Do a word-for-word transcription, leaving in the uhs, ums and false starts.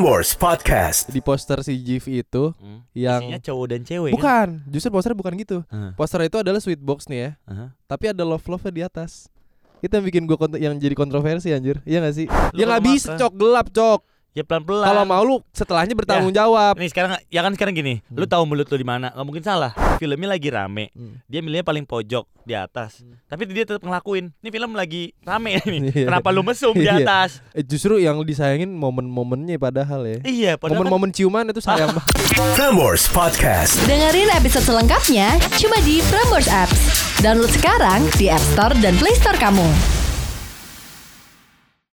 Prambors Podcast. Di poster si G V itu hmm. yang isinya cowok dan cewek. Bukan, kan? Justru posternya bukan gitu. Uh. Poster itu adalah sweet box nih ya. Uh-huh. Tapi ada love-love di atas. Itu yang bikin gue kont- yang jadi kontroversi anjir. Iya enggak sih? Lu ya enggak bisa, Cok, gelap, Cok. Ya pelan-pelan. Kalau mau lu setelahnya bertanggung ya. jawab. Nih sekarang ya kan sekarang gini, hmm. lu tahu mulut lu di mana? Enggak mungkin salah. Filmnya lagi rame. Hmm. Dia milihnya paling pojok di atas. Hmm. Tapi dia tetap ngelakuin. Ini film lagi rame nih. Kenapa lu mesum di atas? Eh, justru yang disayangin momen-momennya padahal ya. Iya, momen-momen kan... ciuman itu sayang banget. Prambors Podcast. Dengerin episode selengkapnya cuma di Prambors Apps. Download sekarang di App Store dan Play Store kamu.